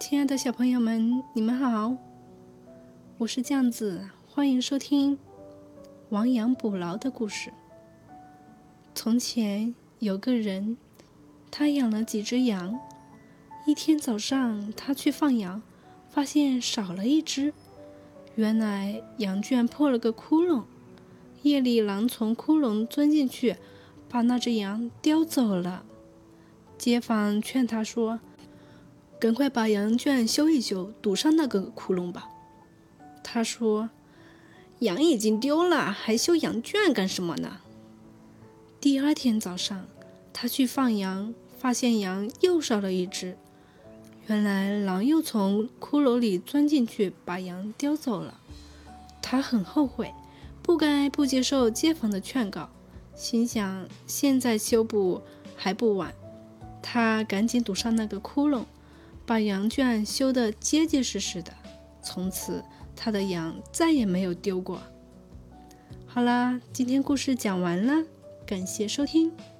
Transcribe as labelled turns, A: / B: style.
A: 亲爱的小朋友们，你们好，我是酱子，欢迎收听亡羊补牢的故事。从前有个人，他养了几只羊。一天早上，他去放羊，发现少了一只。原来羊圈破了个窟窿，夜里狼从窟窿钻进去，把那只羊叼走了。街坊劝他说：“赶快把羊圈修一修，堵上那个窟窿吧。”他说：“羊已经丢了，还修羊圈干什么呢？”第二天早上，他去放羊，发现羊又少了一只。原来狼又从骷髅里钻进去，把羊叼走了。他很后悔，不该不接受街坊的劝告，心想现在修补还不晚。他赶紧堵上那个窟窿，把羊圈修得结结实实的。从此他的羊再也没有丢过。好啦，今天故事讲完了，感谢收听。